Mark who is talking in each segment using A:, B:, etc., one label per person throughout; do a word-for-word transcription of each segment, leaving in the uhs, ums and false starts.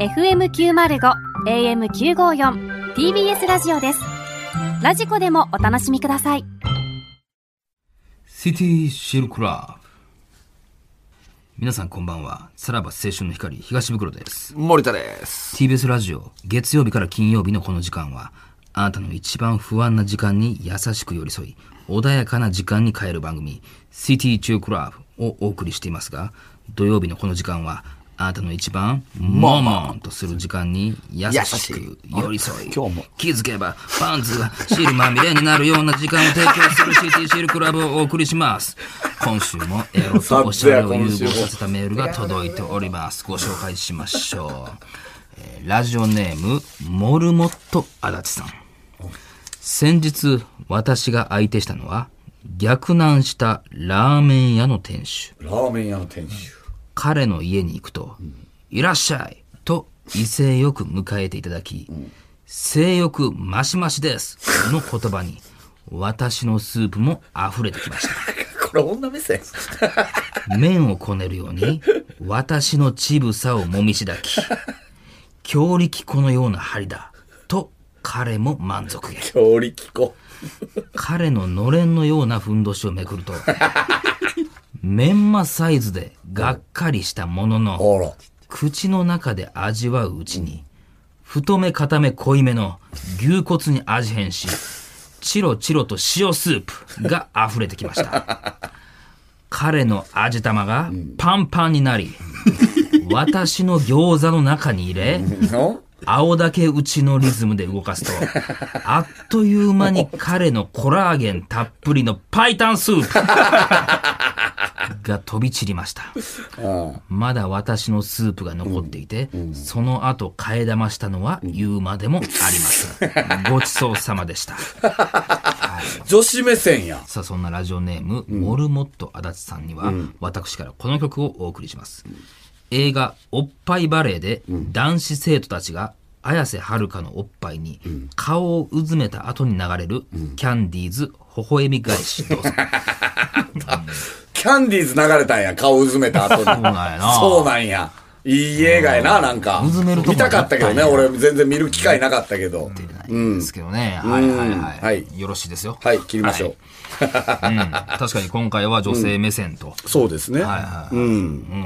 A: エフエムきゅうまるご、エーエムきゅうごよん ティービーエス ラジオです。ラジコでもお楽しみください。
B: シティシルクラブ。皆さんこんばんは。さらば青春の光東袋です。
C: 森田です。
B: ティービーエス ラジオ月曜日から金曜日のこの時間は、あなたの一番不安な時間に優しく寄り添い、穏やかな時間に変える番組シティチュークラブをお送りしていますが、土曜日のこの時間はあなたの一番モモンとする時間に優しく寄り添い、
C: 今日も
B: 気づけばパンツが汁まみれになるような時間を提供するシティシルクラブをお送りします。今週もエロとおしゃれを融合させたメールが届いております。ご紹介しましょう。えー、ラジオネームモルモット足立さん。先日私が相手したのは逆難したラーメン屋の店主。
C: ラーメン屋の店主。
B: 彼の家に行くと、うん、いらっしゃいと威勢よく迎えていただき、うん、性欲マシマシですの言葉に私のスープも溢れてきました。
C: これ女目線。
B: 麺をこねるように私の乳房をもみしだき、強力粉のような針だと彼も満足げ。
C: 強力粉。
B: 彼ののれんのようなふんどしをめくるとメンマサイズでがっかりしたものの、口の中で味わううちに太め固め濃いめの牛骨に味変し、チロチロと塩スープが溢れてきました。彼の味玉がパンパンになり、私の餃子の中に入れ、青竹打ちのリズムで動かすと、あっという間に彼のコラーゲンたっぷりのパイタンスープが飛び散りました。まだ私のスープが残っていて、うんうん、その後替え玉したのは言うまでもありません。ごちそうさまでした。はい、
C: 女子目線や。
B: さあ、そんなラジオネーム、うん、モルモット足立さんには、うん、私からこの曲をお送りします。うん、映画おっぱいバレーで男子生徒たちが綾瀬はるかのおっぱいに顔をうずめた後に流れるキャンディーズ微笑み返し、どうぞ。
C: キャンディーズ流れたんや、顔うずめた後に。そう
B: なんやな。
C: そうなんや。いい映画やな、なんか。
B: うずめるとこ
C: 見たかったけどね、俺全然見る機会なかったけど。
B: 出てないんですけどね。うん、はいはいはい、はい。よろしいですよ。
C: はい、切りましょう。
B: はいうん、確かに今回は女性目線と。
C: うん、そうですね。はいはいはい。うん。うん、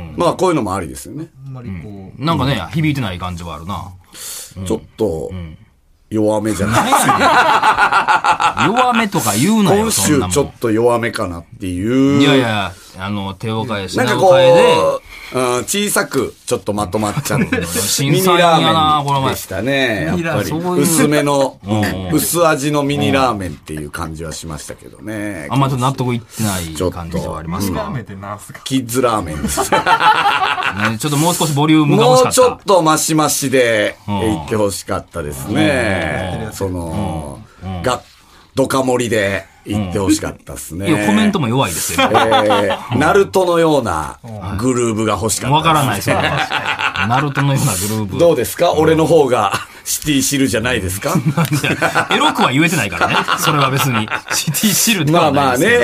C: まあこういうのもありですよね。
B: あんまりこう。なんかね、響いてない感じはあるな。
C: うん、ちょっと、うん弱めじゃない
B: 弱めとか言うなよ。
C: 今週ちょっと弱めかなっていう。
B: いやいや、あの、手を変えし、
C: なんかこう、うん、小さくちょっとまとまっちゃう。ミニラーメンでしたね。やっぱり。薄めの、薄味のミニラーメンっていう感じはしましたけどね。
B: あんまちょっと納得いってない感じではありますか。
C: キッズラーメンです。
B: ちょっともう少しボリュームが欲しかった。
C: もうちょっとマシマシでいってほしかったですね。その、が、ドカ盛りで言ってほしかったですね。
B: いや、コメントも弱いですよ。
C: えー、ナルトのようなグルーブが欲しかった。
B: わからない、それは。ナルトのようなグルーブ。
C: どうですか、うん、俺の方がシティシルじゃないですか。
B: エロくは言えてないからね。それは別に。シティシルではないです。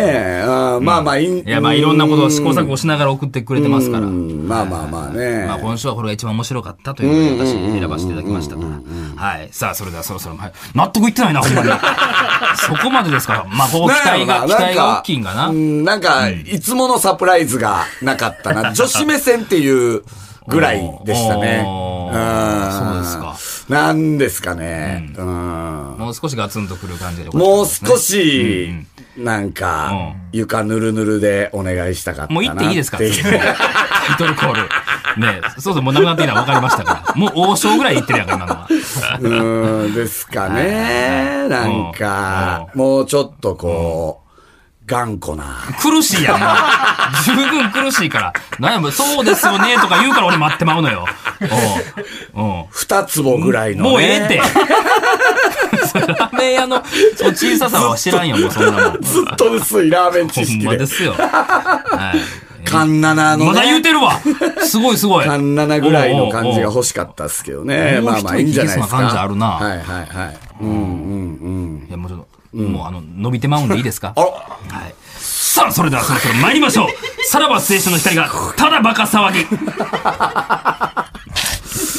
C: まあまあね。うん、まあまあいい。
B: いやまあいろんなことを試行錯誤しながら送ってくれてますから。
C: まあまあまあね。
B: まあ今週はこれが一番面白かったということで私選ばせていただきましたから。はい。さあそれではそろそろ、はい、納得いってないな、ほんまに。そこまでですから。まあここ期待が、期待が大きいんかな。
C: なんか、いつものサプライズがなかったな。女子目線っていうぐらいでしたね。
B: そうですか。
C: なんですかね。
B: うん、もう少しガツンとくる感じで、ね。
C: もう少し、なんか、床ぬるぬるでお願いしたかったな。
B: もう行っていいですかタイトルコール。ねえ、そうそう、もうなくなっていいのは分かりましたから。もう王将ぐらい行ってるやんか、今のは。
C: うーん、ですかね。なんか、もうちょっとこう、頑固な。
B: 苦しいやん、もう。十分苦しいから。なんや、そうですよね、とか言うから俺待ってまうのよ。
C: うん。二坪ぐらいの、ね。
B: もうええって。ラーメン屋のその小ささは知らんよ、もうそんなもん。
C: ずっと薄いラーメン知識で。
B: ほんまですよ。はい。
C: カンナナのね。
B: まだ言うてるわ。すごいすごい。
C: カンナナぐらいの感じが欲しかったっすけどね。まあまあいいんじゃないですか。
B: 感じあるな。
C: はいはいはい。うんうんうん。
B: いやもうちょっと、うん、もうあの、伸びてまうんでいいですか。はい。さあ、それではそろそろ参りましょう。さらば青春の光が、ただバカ騒ぎ。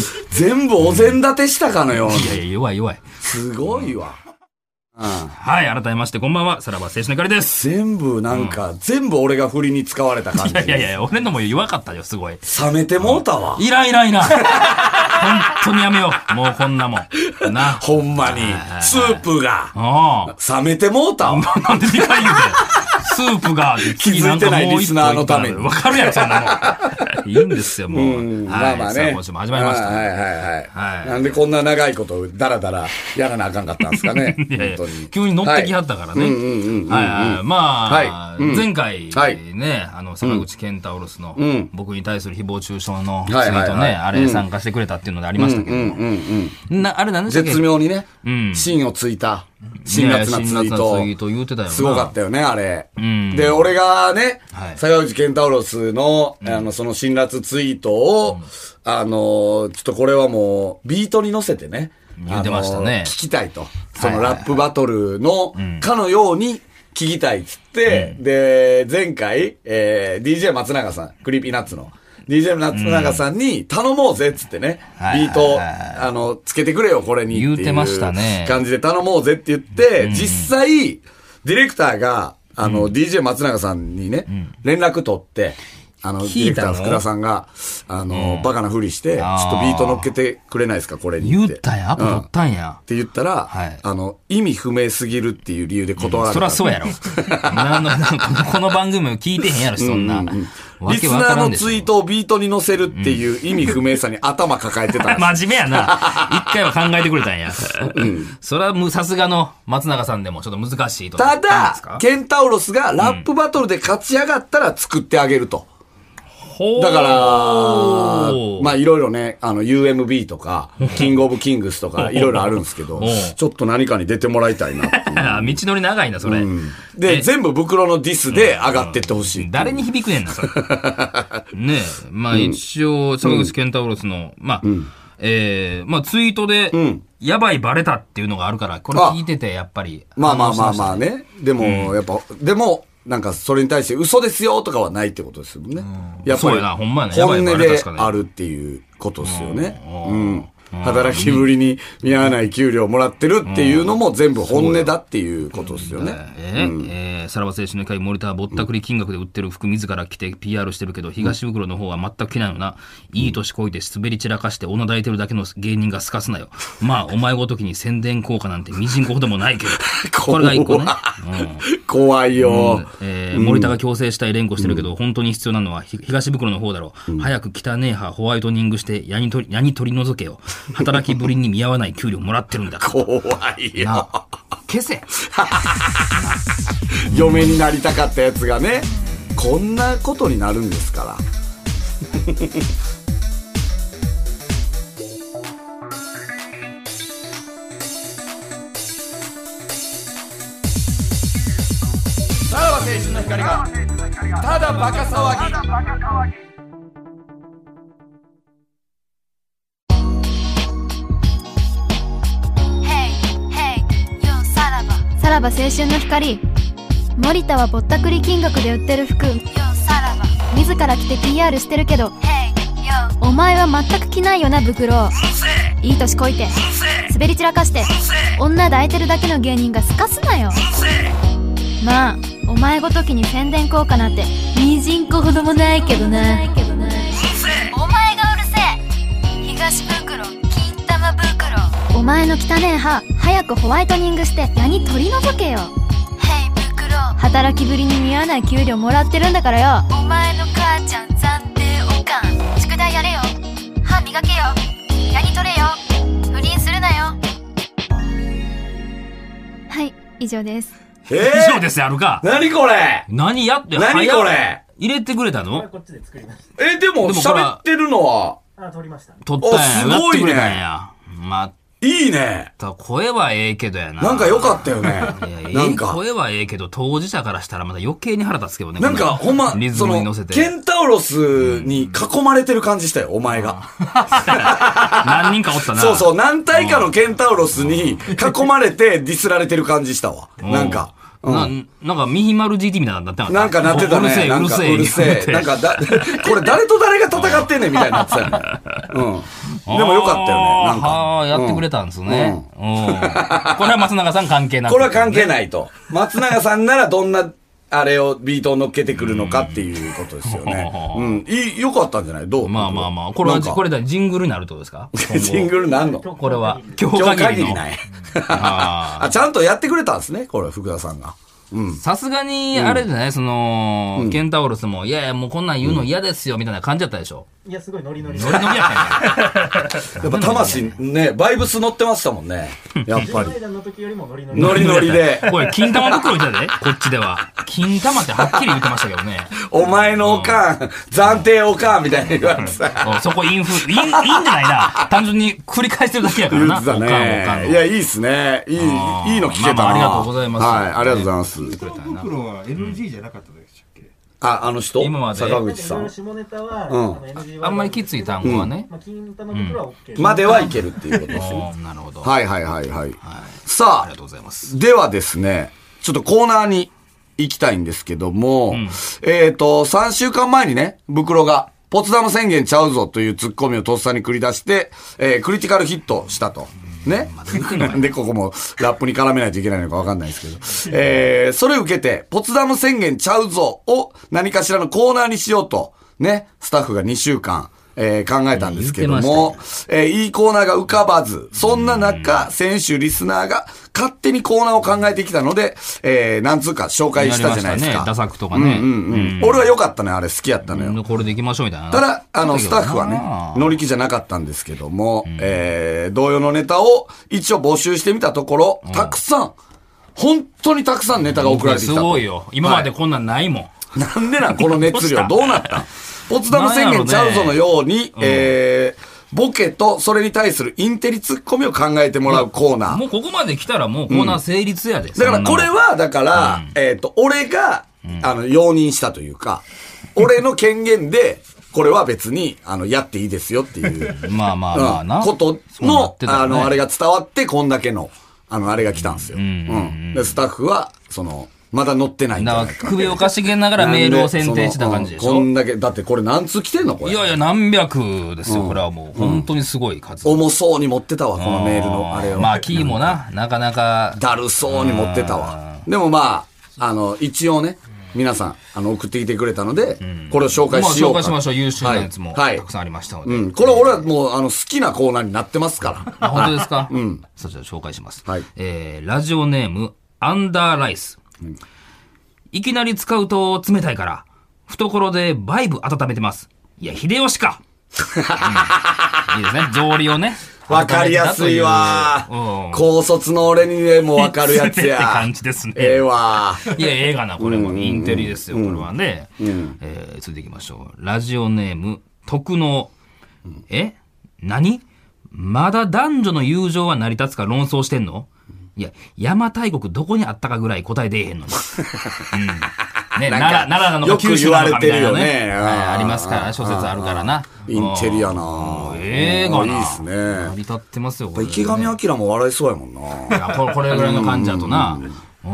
C: 全部お膳立てしたかのように。
B: いやいや、弱い弱い。
C: すごいわ。
B: うん、はい、改めましてこんばんは、さらば青春の光です。
C: 全部なんか、うん、全部俺が振りに使われた感じ。
B: いやいやいや、俺のも弱かったよ、すごい。
C: 冷めてもうたわ。
B: いらんいらんいらん。本当にやめよう。もうこんなもん。な。
C: ほんまに。スープが。冷めてもうたわ。
B: なんでにかい言うて。スープが。
C: 気づいてないリスナーのために。
B: わかるやろ、そんなもん。いいんですよ、もう。うん、
C: まあまあね。
B: 今週も始まりました。
C: はいはいはい。はい、なんでこんな長いことだらだらやらなあかんかったんですかね。
B: いやいや急に乗ってきはったからね。はいはい。まあ、前回ね、あの、坂口健太オロスの僕に対する誹謗中傷のツイートね、あれ参加してくれたっていうのでありましたけども。な、あれなんでしたっけ？
C: 絶妙にね、芯をついた。辛辣なツイート。
B: 言うてたよな。
C: すごかったよね、あれ。うん、で、俺がね、はい、坂口健太郎スの、うん、あの、その辛辣ツイートを、うん、あの、ちょっとこれはもう、ビートに乗せてね。
B: 言ってましたね。
C: 聞きたいと。そのラップバトルの、かのように聞きたいっつって、うん、で、前回、えー、ディージェー 松永さん、クリーピーナッツの。ディージェー 松永さんに頼もうぜっつってね、うん、ビート、あの、つけてくれよ、これにっていう。
B: 言うてましたね。
C: 感じで頼もうぜって言って、うん、実際、ディレクターが、あの、うん、ディージェー 松永さんにね、うん、連絡取って、あの、ディレクターの福田さんが、あの、うん、バカなふりして、ちょっとビート乗っけてくれないですか、これにって。
B: 言ったんや、アポ取ったんや、うん。って
C: 言ったら、はい、あの、意味不明すぎるっていう理由で断られた。
B: うん、そりゃそうやろ。なのこの番組を聞いてへんやろ、そんな。うんうん
C: リスナーのツイートをビートに載せるっていう意味不明さに頭抱えてたんです。
B: 真面目やな。一回は考えてくれたんや。うん、それはさすがの松永さんでもちょっと難しいと。
C: ただ、ケンタウロスがラップバトルで勝ち上がったら作ってあげると。うん、だから、まあいろいろね、あの ユーエムビー とか、キングオブキングスとかいろいろあるんですけど、ちょっと何かに出てもらいたいなっていう。
B: 道のり長いな、それ。うん、
C: で、全部袋のディスで上がってってほしい、うん。
B: 誰に響くねんな、それ。ねえ。まあ一応、坂口健太郎スの、まあ、うん、えー、まあツイートで、うん、やばいバレたっていうのがあるから、これ聞いててやっぱり、
C: まあまあまあまあね。でも、やっぱ、でも、なんかそれに対して嘘ですよとかはないってことですよね。やっぱり本音であるっていうことですよね。うん。働きぶりに見合わない給料をもらってるっていうのも全部本音だっていうことですよね。
B: えー、えー、さらば青春の会森田はぼったくり金額で売ってる服自ら着て ピーアール してるけど、東袋の方は全く着ないよな。いい年こいて滑り散らかして女抱いてるだけの芸人がすかすなよ。まあ、お前ごときに宣伝効果なんてみじんこほどもないけど。これが一個ね。
C: うん、怖いよ、うん
B: えー。森田が強制したい連呼してるけど、うん、本当に必要なのは東袋の方だろう。うん、早く汚ねえ歯ホワイトニングして矢に取り、矢に取り除けよ。働きぶりに見合わない給料もらってるんだ。
C: 怖いよ。
B: 消せ。
C: 嫁になりたかったやつがね、こんなことになるんですから。さらば青春の光がただバカ騒ぎ。
D: さらば青春の光。森田はぼったくり金額で売ってる服自ら着て ピーアール してるけど、お前は全く着ないよな袋。いい年こいて滑り散らかして女抱いてるだけの芸人がすかすなよ。まあお前ごときに宣伝効果なんてみじんこほどもないけどな。お前がうるせえ東袋金玉袋。お前の汚ねえ歯早くホワイトニングして矢に取り除けよ。ヘイ袋。働きぶりに見合わない給料もらってるんだからよ。お前の母ちゃん暫定おかん。宿題やれよ。歯磨けよ。矢に取れよ。不倫するなよ。はい、以上です。
C: えー、
B: 以上ですやるか。
C: 何これ。
B: 何やって。
C: 何これ。
B: 入れてくれたの。
E: こっちで作りました。
C: え、でも喋ってるのは。
E: あ、撮りました。
B: 撮ったんや。
C: すごいね。
B: まあ
C: いいね。
B: 声はええけどやな。
C: なんか良かったよね。
B: いやなんか声はええけど、当事者からしたらまた余計に腹立つけどね。
C: なんかほんま、リズムに乗せて。ケンタウロスに囲まれてる感じしたよ、お前が。
B: 何人かおったな。
C: そうそう、何体かのケンタウロスに囲まれてディスられてる感じしたわ。なんか。
B: な, なんか、ミヒマル ジーティー みたいなのなってなかった？
C: なんかなってたね。
B: うるせえ、うるせえ。
C: うるせえ。なんかだ、これ誰と誰が戦ってんねんみたいになってたよね。うん。でもよかったよね。なんか。
B: ああ、やってくれたんですね。うん。うん、これは松永さん関係なく、
C: これは関係ないと。松永さんならどんな、あれを、ビートを乗っけてくるのかっていうことですよね。うん。いい、よかったんじゃないどう？
B: まあまあまあ。これは、これだ、ジングルになるってことですか？
C: ジングルなんの？
B: これは、今日限りの。
C: ない。あ、ちゃんとやってくれたんですね、これ、福田さんが。
B: さすがに、あれじゃない、その、うん、ケンタウロスも、いやいや、もうこんなん言うの嫌ですよ、みたいな感じだったでしょ。
E: いや、すごいノリノリ。
B: ノリノリやったんや。
C: やっぱ魂ね、バイブス乗ってましたもんね。やっぱり。
E: の時よりもノリノリ。
C: ノリノリで。
B: これ、金玉袋じゃねこっちでは。金玉ってはっきり言ってましたけどね。
C: お前のおかん、暫定おかんみたいな言われてさ。
B: そこインフ、イン、インじゃないな。単純に繰り返してるだけやからな。
C: 言ってたね。おかんおかん。いや、いいっすね。いい、いいの聞けたな。
B: まあまあ、ありがとうございます。
C: はい、ありがとうございます。
E: 袋は エヌジー じゃなかったでしたっけ？
C: あ、あの人
B: 今まで
C: 坂口さん。
E: 下ネタは、
B: うん、あんまりきつい単語はね。
E: まあ、金玉の袋は OK。
C: まではいけるっていうことですね。
B: なるほど。
C: はいはいはいはい。さあ、
B: ありがとうございます。
C: ではですね、ちょっとコーナーに行きたいんですけども、えっと、さんしゅうかんまえにね、袋が、ポツダム宣言ちゃうぞというツッコミをとっさに繰り出して、えー、クリティカルヒットしたと。ね。なんでここもラップに絡めないといけないのかわかんないですけど。えー、それを受けて、ポツダム宣言ちゃうぞを何かしらのコーナーにしようと、ね、スタッフがにしゅうかん、えー、考えたんですけども、えー、いいコーナーが浮かばず、そんな中、先週リスナーが勝手にコーナーを考えてきたので、えー、なんつうか紹介したじゃないですか。
B: ね、ダサくとかね。
C: うんうんうん。俺は良かったね、あれ好きやったのよ。
B: これで行きましょうみたいな。
C: ただ、あの、スタッフはね、乗り気じゃなかったんですけども、うん、えー、同様のネタを一応募集してみたところ、うん、たくさん、本当にたくさんネタが送られてきた。
B: すごいよ。今までこんなんないもん。
C: はい、なんでなんこの熱量。どうなったんポツダム宣言ちゃうぞのように、ね、えー、ボケとそれに対するインテリツッコミを考えてもらうコーナー。
B: もうここまで来たらもうコーナー成立やで。うん、
C: だからこれは、だから、うん、えっと、俺が、あの、容認したというか、俺の権限で、これは別に、あの、やっていいですよっていう。
B: まあまあまあな。
C: ことの、ね、あの、あれが伝わって、こんだけの、あの、あれが来たんですよ。うん。うん、で、スタッフは、その、まだ乗ってないんだ
B: から首をかしげながらメールを選定した感じでしょ。
C: こんだけ、だってこれ何通来てんのこれ。
B: いやいや、何百ですよ、うん、これはもう。本当にすごい数。
C: 重そうに持ってたわ、このメールのあれを。
B: まあ、キーもな、なかなか。
C: だるそうに持ってたわ。でもまあ、あの、一応ね、皆さん、あの、送ってきてくれたので、うん、これを紹介しようか。
B: まあ、紹介しましょう。優秀なやつも、たくさんありましたので。
C: はいはい、うん。これ俺はもう、あの、好きなコーナーになってますから。
B: あ、本当ですか？
C: うん。
B: そちら紹介します。
C: はい。
B: えー、ラジオネーム、アンダーライス。うん、いきなり使うと冷たいから、懐でバイブ温めてます。いや、秀吉か。うん、いいですね。草履をね。
C: わかりやすいわ、うん。高卒の俺にね、もうわかるやつや。
B: って感じですね。
C: ええわ。
B: いや、ええがな、これも。インテリですよ、これはね。うん、えー、続いていきましょう。ラジオネーム、徳能。え何まだ男女の友情は成り立つか論争してんの？いや、邪馬台国どこにあったかぐらい答え出えへんのに。うん。ね、奈良、奈良なのか九州なのかみたいなね。ね、ありますから、諸説あるからな。
C: インテリやな
B: ええがな。
C: いいっすね。
B: 成り立ってますよ、これ、
C: ね。池上彰も笑いそうやもんな。
B: いや、これ、これぐらいの感じだとな。うん。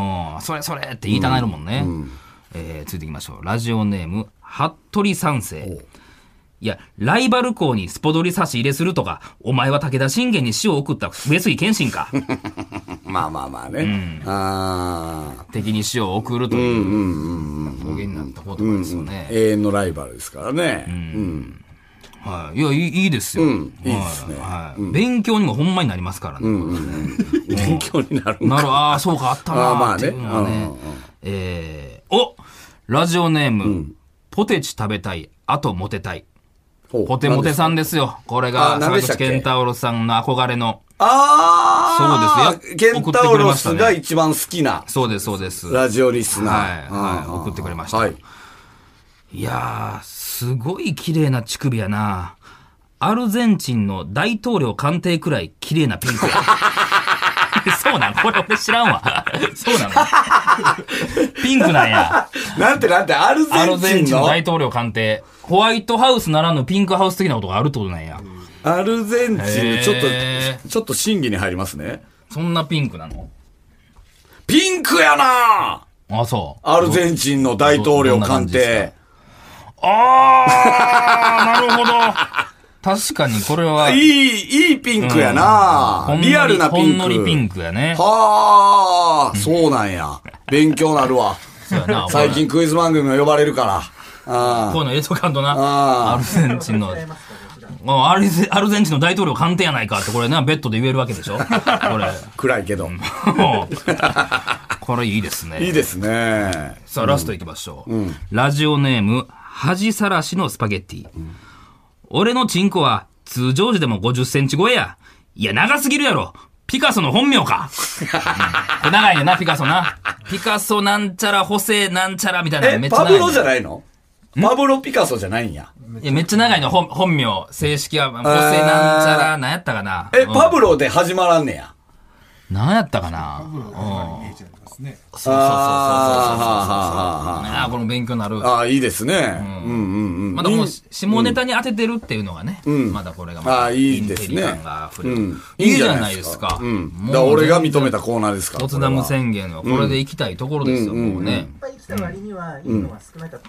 B: それそれって言いたなるもんね。うんうん、えー、続いていきましょう。ラジオネーム、服部三世。いや、ライバル校にスポドリ差し入れするとか、お前は武田信玄に死を送った上杉謙信か。
C: まあまあまあね。うん、あ
B: 敵に死を送るという表現になったことですよね、
C: うんうん。永遠のライバルですからね。うんうん
B: はい、いやいい、いいですよ。うん、
C: いいですね、
B: はいはい、勉強にもほんまになりますからね。
C: うんうんうん、勉強になるんか。
B: なる、ああ、そうか、あったなーっていうのはね。
C: ね
B: えー、おラジオネーム、うん、ポテチ食べたい、あとモテたい。ポテモテさんですよ。これが、坂口健太郎さんの憧れの。
C: ああ、
B: そうですよ。
C: ケンタウロスが一番好きな。
B: そうです、そうです。
C: ラジオリスナ
B: ー。はい、はい、送ってくれました。はい。いやー、すごい綺麗な乳首やな。アルゼンチンの大統領官邸くらい綺麗なピンクや。そうなんこれ俺知らんわ。そうなのピンクなんや。
C: なんてなんて、アルゼンチンのアルゼンチンの
B: 大統領官邸。ホワイトハウスならぬピンクハウス的なことがあるってことなんや。
C: アルゼンチン、ちょっと、ちょっと審議に入りますね。
B: そんなピンクなの？
C: ピンクやな
B: あ、そう。
C: アルゼンチンの大統領官邸。
B: あー、なるほど。確かにこれは。
C: いい、いいピンクやな、うん、リアルなピンク。
B: ほんのりピンクやね。
C: はあ、そうなんや。勉強なるわ。
B: そうやな。
C: 最近クイズ番組も呼ばれるから。あ
B: こういうの映像感とな。アルゼンチンの。アルゼ、アルゼンチンの大統領官邸やないかって、これね、ベッドで言えるわけでしょこれ。
C: 暗いけど。
B: これいいですね。
C: いいですね。
B: さあ、ラストいきましょう。うん、ラジオネーム、恥さらしのスパゲッティ。うん、俺のチンコは通常時でもごじゅっセンチ超えや。いや、長すぎるやろ。ピカソの本名か。うん、これ長いねんな、ピカソな。ピカソなんちゃら、ホセなんちゃらみたいなのめっちゃ長い、ね。
C: パブロじゃないの？パブロピカソじゃないんや。
B: いや、めっちゃ長いの、本、本名。正式は、ホセなんちゃら、なんやったかな。
C: え、うん、パブロで始まらんねや。
B: なんやったかな。
E: パブロがイメージありますね。
B: そうそうそうそうそうそう。ああ、この勉強になる。
C: ああ、いいですね。うんうんうん。
B: まだもう、下ネタに当ててるっていうのがね。うん、まだこれがまだ。
C: ああ、いいですね。
B: いいじゃないですか。
C: うん。だから俺が認めたコーナーですから。
B: ポツダム宣言はこれで行きたいところですよ、もうね。いっ
E: ぱい来た割には、いいのが少なかった。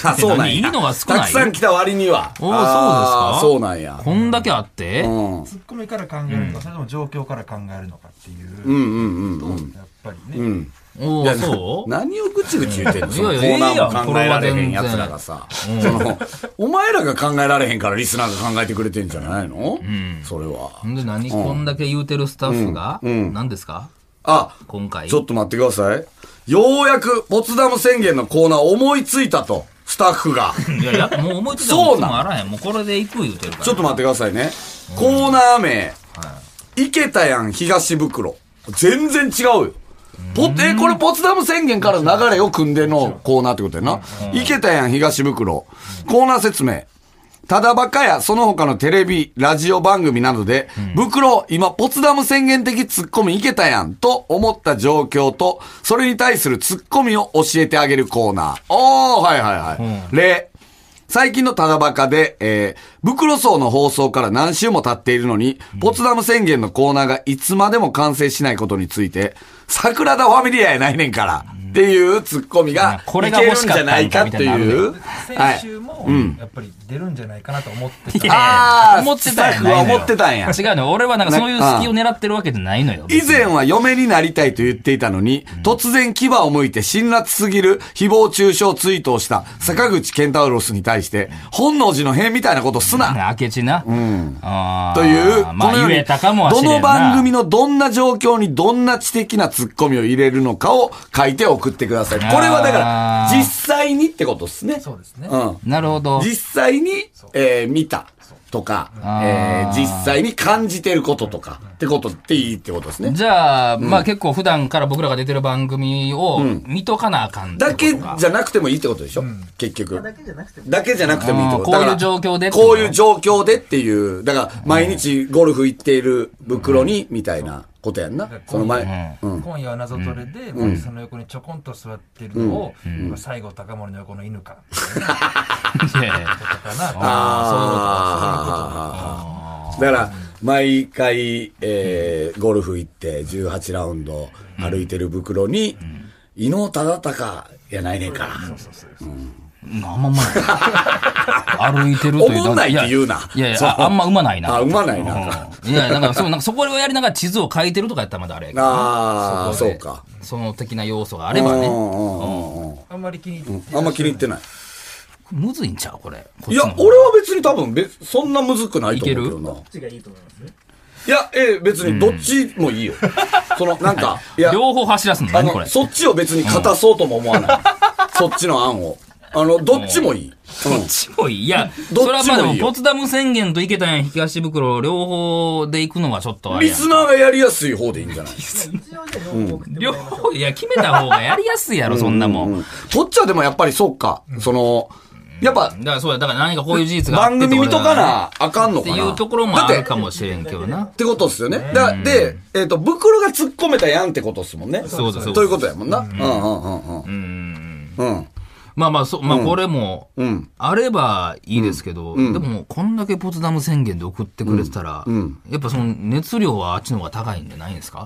C: あ、そうなんや。
B: いいのが少ない。
C: たくさん来た割には。
B: おお、そうですか。
C: そうなんや。
B: こんだけあって
E: ツッコミから考えるのか、それとも状況から考えるのかっていう。
C: うんうんうん。
E: やっぱりね。うん。
B: おー、そう
C: 何をぐちぐち言ってんの？そのコーナーも考えられへん奴らがさ。その、お前らが考えられへんからリスナーが考えてくれてんじゃないの？うん。それは。
B: で、何こんだけ言うてるスタッフが何ですか？
C: あ、
B: 今回。
C: ちょっと待ってください。ようやくポツダム宣言のコーナー思いついたと。スタッフが。
B: いやいや、もう思いついたらもあらへん。もうこれで行く言うてるから。
C: ちょっと待ってくださいね。コーナー名。いけたやん東袋。全然違うよ。ポえ、これポツダム宣言から流れを組んでのコーナーってことやな。いけたやん東袋。コーナー説明。ただバカやその他のテレビ、ラジオ番組などで、袋、今ポツダム宣言的ツッコミいけたやんと思った状況と、それに対するツッコミを教えてあげるコーナー。おー、はいはいはい。うん、例。最近のただバカで、えー、袋層の放送から何週も経っているのに、うん、ポツダム宣言のコーナーがいつまでも完成しないことについて、桜田ファミリアやないねんから、うん、っていうツッコミがいけるんじゃないかっていう。
E: 先週も、やっぱり出るんじゃないかなと思ってた。
C: ああ、思ってたんや。思ってたんや。
B: 違うの。俺はなんかそういう隙を狙ってるわけじゃないのよ。
C: 以前は嫁になりたいと言っていたのに、うん、突然牙を向いて辛辣すぎる誹謗中傷ツイートをした坂口健太郎に対して、本能寺の変みたいなことすな。
B: 明智な。
C: うん。あという、このように、どの番組のどんな状況にどんな知的なツッコミを入れるのかを書いて送ってください。これはだから、実際にってことですね。
E: そうですね。
C: うん。
B: なるほど。
C: 実際に、えー、見たとか、えー、実際に感じてることとかってことっていいってことですね。
B: じゃあ、うん、まあ結構普段から僕らが出てる番組を見とかなあかんってことか、
C: うん、だけじゃなくてもいいってことでしょ、うん、結局。
E: だけじゃなくても。
C: だけじゃなくてもいいってこと。
B: こういう状況で
C: こういう状況でっていう、だから毎日ゴルフ行っている袋に、みたいな。ことやんな。その前、
E: うん、今夜は謎トレで、うん、その横にちょこんと座ってるのを、うん、西郷隆盛の横の犬か。いやいや、ことかな。
C: ああ、そういうこと。だから、毎回、えー、ゴルフ行ってじゅうはちラウンド歩いてる袋に、伊能忠敬やないねんから。そうそうそう。
B: あんまうまない。歩いてるという。
C: 思んないって言うな。
B: いやいや、あんまうまないな。
C: あ、うまないな。
B: いや、なんかそう、なんかそこをやりながら地図を書いてるとかやったらまだあれやけど。
C: ああ、そうか。
B: その的な要素があればね。
E: あんまり気に入って
C: ない。あんま気に入ってない。
B: むずいんちゃうこれ。
C: いや、俺は別に多分別、そんなむずくないと思うけどな。
E: どっちがいいと思いますね。
C: いや、えー、別にどっちもいいよ。その、なんか、いや。
B: 両方走らすの何これ。
C: そっちを別に勝たそうとも思わない。そっちの案を。あの、どっちもいい。
B: どっちもいい。いや、それはまあでも、ポツダム宣言といけたやん、東袋、両方で行くのはちょっとあれやん。
C: リスナーがやりやすい方でいいんじゃない
B: 両方、いや、決めた方がやりやすいやろ、そんなもん。
C: こっちはでもやっぱりそうか、その、やっぱ、
B: だからそうや、だから何かこういう事実があって
C: 番組見とかな、あかんのかな。
B: っていうところもあるかもしれんけどな。
C: ってことっすよね。だで、えっと、袋が突っ込めたやんってことっすもんね。
B: そうそうそう。
C: ということやもんな。うんうんうんうん。うん。うん。
B: まあまあ、そ、まあこれも、あればいいですけど、でも、こんだけポツダム宣言で送ってくれてたら、やっぱその熱量はあっちの方が高いんじゃないんですか？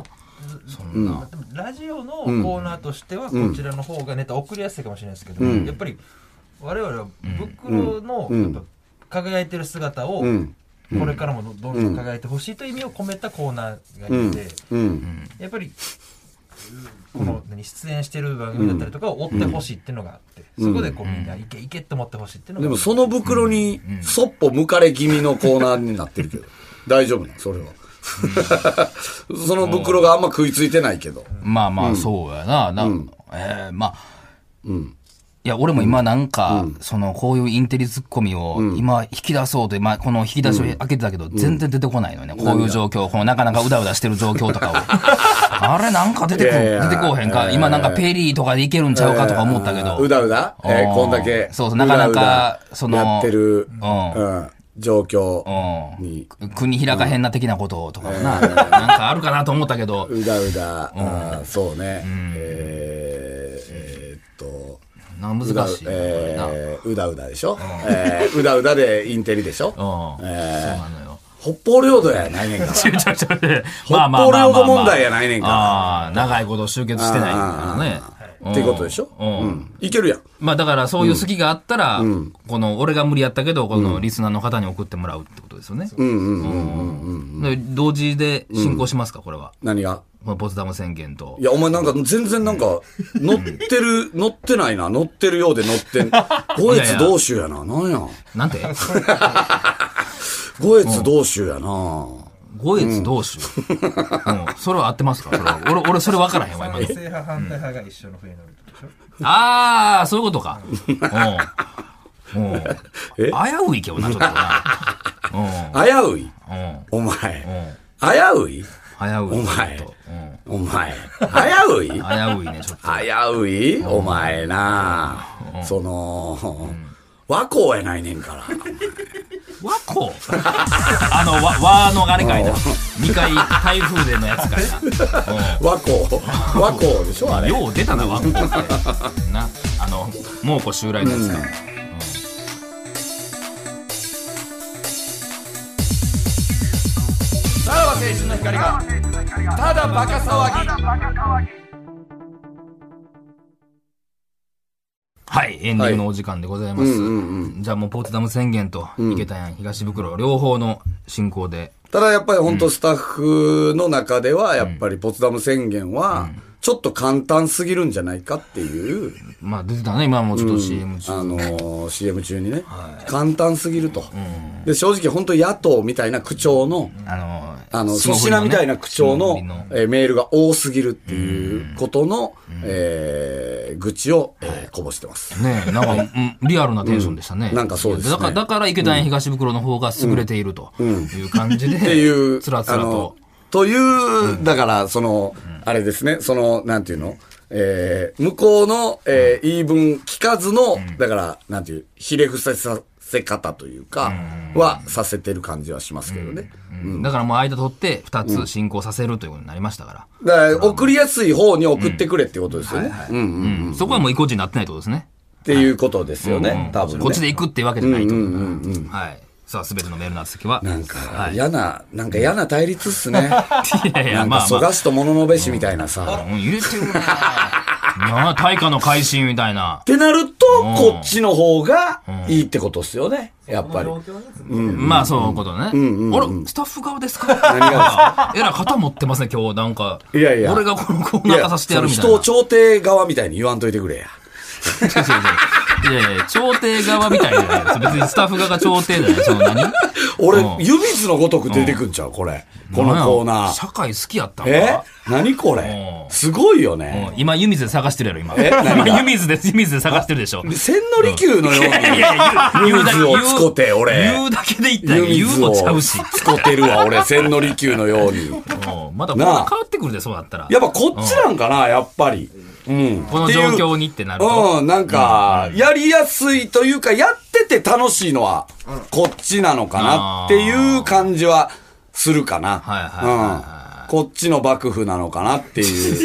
E: そんな、うん、ラジオのコーナーとしてはこちらの方がネタ送りやすいかもしれないですけど、うん、やっぱり我々は袋のやっぱ輝いてる姿をこれからもどんどん輝いてほしいという意味を込めたコーナーがいて、うんうん、やっぱりこの出演してる番組だったりとかを追ってほしいっていうのがあって、そこでこうみんないけいけって思ってほしいっていうのが、
C: でもその袋にそっぽ向かれ気味のコーナーになってるけど大丈夫なそれはその袋があんま食いついてないけど、
B: まあまあそうやな、な、うん、えー、まあ、うん、いや俺も今なんか、うん、そのこういうインテリツッコミを今引き出そうと、まあ、この引き出しを開けてたけど、うん、全然出てこないのね、こういう状況、このなかなかうだうだしてる状況とかをあれなんか出てくる出てこうへんか、今なんかペリーとかでいけるんちゃうかとか思ったけど、
C: うだうだ、えー、こんだけ
B: そうそうなかなかその
C: やってる、うんうん状況に、
B: うん、国開かへんな的なこととかもな、うん、なんかあるかなと思ったけど
C: うだうだ、うん、あそうね、うん、えー、えー、っと
B: 難しい、
C: えー、うだうだでしょ、うんえー、うだうだでインテリでしょ、うんえー、そうなのよ、北方領土やないねんから北方領土問題やないねんから、
B: あ長いこと集結してないからね
C: っていうことでしょ、うんうん、いけるやん。
B: まあだからそういう好きがあったら、うん、この俺が無理やったけどこのリスナーの方に送ってもらうってことですよね。同時で進行しますか、これは。
C: 何が
B: ポツダム宣言と。
C: いやお前なんか全然なんか乗ってる乗ってないな、乗ってるようで乗ってん五越同州やな、なんや
B: なんて
C: 五越同州やな、
B: 五越同州、うんうん、それは合ってますか、それは俺俺それ分からへんわ今の。
E: 正派反対派が一緒の船に乗るでしょ。
B: ああそういうことか。うん、うん、危ういけどなちょっとな。
C: うん、危うい、うん、お前、うん、危うい
B: 危うい
C: お前、うん、お前危うい危
B: ういねちょっと
C: 危うい、うん、お前な、うん、その、うん、和光やないねんから。
B: 和光あの和のあれかいな、にかい台風でのやつかいな。
C: 和光和光でしょあれ。
B: よう出たな和光ってな、あの猛虎襲来のやつか、うんうん、
C: さらば青春の光がただバカ騒ぎ。
B: はい、エンディングのお時間でございます。はい、うんうんうん、じゃあもうポツダム宣言と池田やん東袋両方の進行で。
C: ただやっぱり本当スタッフの中ではやっぱりポツダム宣言はちょっと簡単すぎるんじゃないかっていう。
B: うん、まあ出てたね、今もちょっと シーエム 中、
C: うん、あのー、シーエム 中にね、はい、簡単すぎると。うん、で正直本当野党みたいな口調の、うん、あのー、あの粗品みたいな口調の、のえー、メールが多すぎるっていうことの、うん、えー、愚痴を、えー、こぼしてます。
B: ねえ、なんか、リアルなテンションでしたね。
C: うん、なんかそうですね。
B: だから、だから池田屋東袋の方が優れているという感じで、
C: っていう、
B: つらつらと。
C: という、だから、その、あれですね、その、なんていうの、えー、向こうの、えー、言い分聞かずの、だから、なんていう、ひれ伏せさせ方というか、はさせてる感じはしますけどね。
B: うんうん、だからもう間取って二つ進行させるということになりましたから。
C: だから送りやすい方に送ってくれってことですよね。
B: そこはもう意固地になってないってことですね。
C: っていうことですよね、はい、多分ね。
B: こっちで行くっていうわけじゃないと。はい。さあ、すべてのメールの宛先は。
C: なんか、嫌な、なんか嫌な対立っすね。いやいや、なんか、蘇我氏と物のべしみたいなさ。
B: うん、入れてるななあ、大化の改新みたいな。
C: ってなると、こっちの方がいいってことっすよね。やっぱり。
B: うん、まあ、そういうことね。うんうんうん、あれ、スタッフ側ですか？何がですか？えらい肩持ってますね、今日。なんか。いやいや。俺がこのコーナー化させてやるみたいな。
C: 人を調停側みたいに言わんといてくれや。
B: いやいや、調停側みたいじゃないです。別にスタッフ側が調停じゃない。その何？
C: 俺、うん、湯水のごとく出てくんちゃうこれ。このコーナー。
B: 社会好きやったんか。
C: え何これすごいよね。
B: 今、湯水で探してるやろ、今。え今、湯水で、湯水で探してるでしょ。
C: 千利休のように。いやいや、湯水をつこて、俺。
B: 言うだけで言ったら湯もちゃうし。
C: つこてるわ、俺、千利休のように。
B: まだこんな変わってくるで、そうだったら。
C: やっぱこっちなんかな、やっぱり。
B: うん、この状況にってなると。
C: うん、なんか、やりやすいというか、やってて楽しいのは、こっちなのかなっていう感じはするかな。はいはいはい、はい。こっちの幕府なのかなっていう。い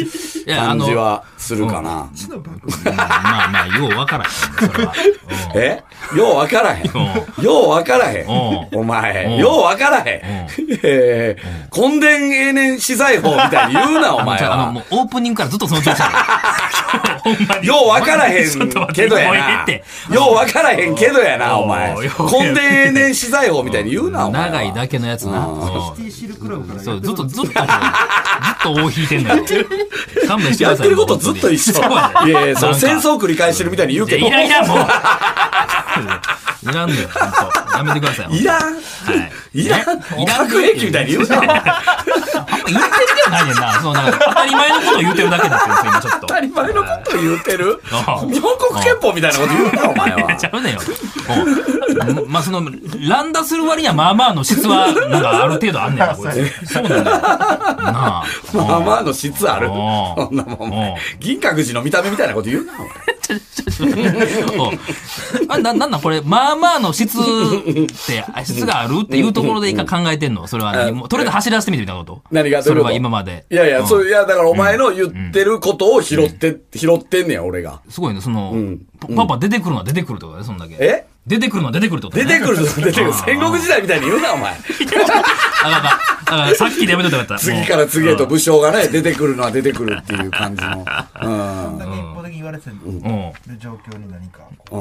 C: 感じはするかな。
B: まあまあ、ようわからへん。それは。
C: えようわからへん。ようわからへん。お前、ようわからへん。えー、根伝永年資材法みたいに言うな、お前は。
B: あの、もうオープニングからずっとその調子や
C: ほんまに。ようわからへんけどやな。ようわからへんけどやな、お前。根伝永年資材法みたいに言うな、お前。
B: 長いだけのやつな。
E: シティシルクラブから。
B: そう、ずっと、ずっと、ずっと大引いてんだよ。勘弁してください。
C: やってることずっと一緒。いやいや、その戦争繰り返してるみたいに言うけど。
B: いらいら、もう。いらんのよ、ほんと。やめてください。
C: いらん。はい。いらん。核兵器みたいに言うな。あんま
B: 言ってるではないねんな。そう、なんか当たり前のことを言うてるだけだって、今ちょっと。
C: 当たり前のことを言うてる日本国憲法みたいなこと言うな、お前は。
B: ちゃうねよ。まあ、その、乱打する割にはまあまあの質は、なんかある程度あんねんな、こいつ。そうなんだよ。なあ。
C: まあまあの質ある。そんなもん。銀閣寺の見た目みたいなこと言うな、お前。
B: あ、な、なんだこれ、まあまあの質って、質があるっていうところでいいか考えてんのそれは何、とりあえず走らせてみてみたいなこと
C: 何が
B: それは今まで。
C: いやいや、そう、いや、だからお前の言ってることを拾って、拾ってんねや、俺が。
B: すごいね、その、パパ出てくるのは出てくるってことだね、そんだけ。
C: え
B: 出てくるのは出てくるってことね。
C: 出てくるの出てくる。戦国時代みたいに言うな、お前。
B: あかん、さっきでやめといてよかった。
C: 次から次へと武将がね、出てくるのは出てくるっていう感じの。
E: うん。だけ一方的に言われてる状況に何か。
B: うん。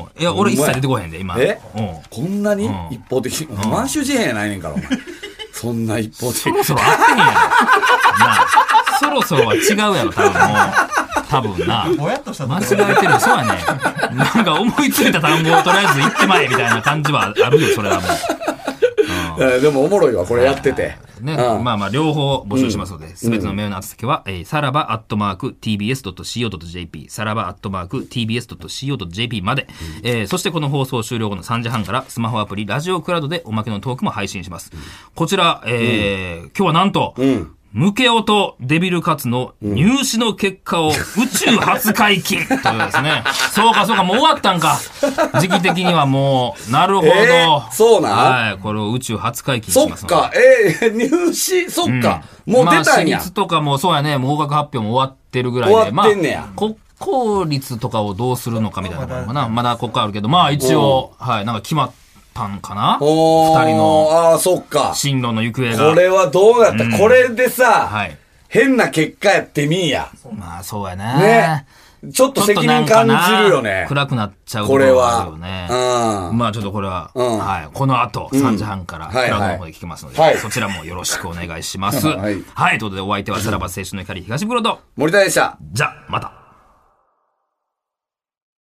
B: いや、俺一切出てこへんで、今。
C: えこんなに一方的に満州事変やないねんから、お前。そんな一方的に。
B: そろそろあってへんやろ。なあ。そろそろは違うやろ、多分もう。多分な。
E: ぼやっとした
B: 間違えてるよ。そうやね。なんか思いついた単語をとりあえず言ってまえみたいな感じはあるよ、それはもう。
C: でもおもろいわ、これやってて。
B: ね、まあまあ、両方募集しますので、すべてのメールの宛先は、えー、さらばアットマーク ティービーエスドットシーオードットジェーピー、さらばアットマーク ティービーエスドットシーオードットジェーピー まで、えー、そしてこの放送終了後のさんじはんから、スマホアプリ、ラジオクラウドでおまけのトークも配信します。こちら、えー、今日はなんと、うんムケオとデビルカツの入試の結果を宇宙初解禁ということですね。そうかそうか、もう終わったんか。時期的にはもう、なるほど。え
C: ー、そうなん
B: はい、これを宇宙初解禁しますので。
C: そっか、えー、入試、そっか、うん、もう出たんや。
B: まあ、私立とかもそうやね、合格発表も終わってるぐらいで。
C: 終わってんねや。
B: まあ、国公立とかをどうするのかみたいなのかな。まだここあるけど、まあ一応、はい、なんか決まって、たんかな二人の
C: ああそっか
B: 進路の行方が
C: これはどうやった、うん、これでさ、
B: はい、
C: 変な結果やってみんや
B: まあそうやね
C: ねちょっと責任感じるよね
B: 暗くなっちゃう
C: これは、
B: ね
C: うん、
B: まあちょっとこれは、
C: うん
B: はい、この後さんじはんからクラウドの方で聞けますので、
C: はいはい、
B: そちらもよろしくお願いしますはい、はい、ということでお相手はさらば青春の光東袋と
C: 森田でした
B: じゃまた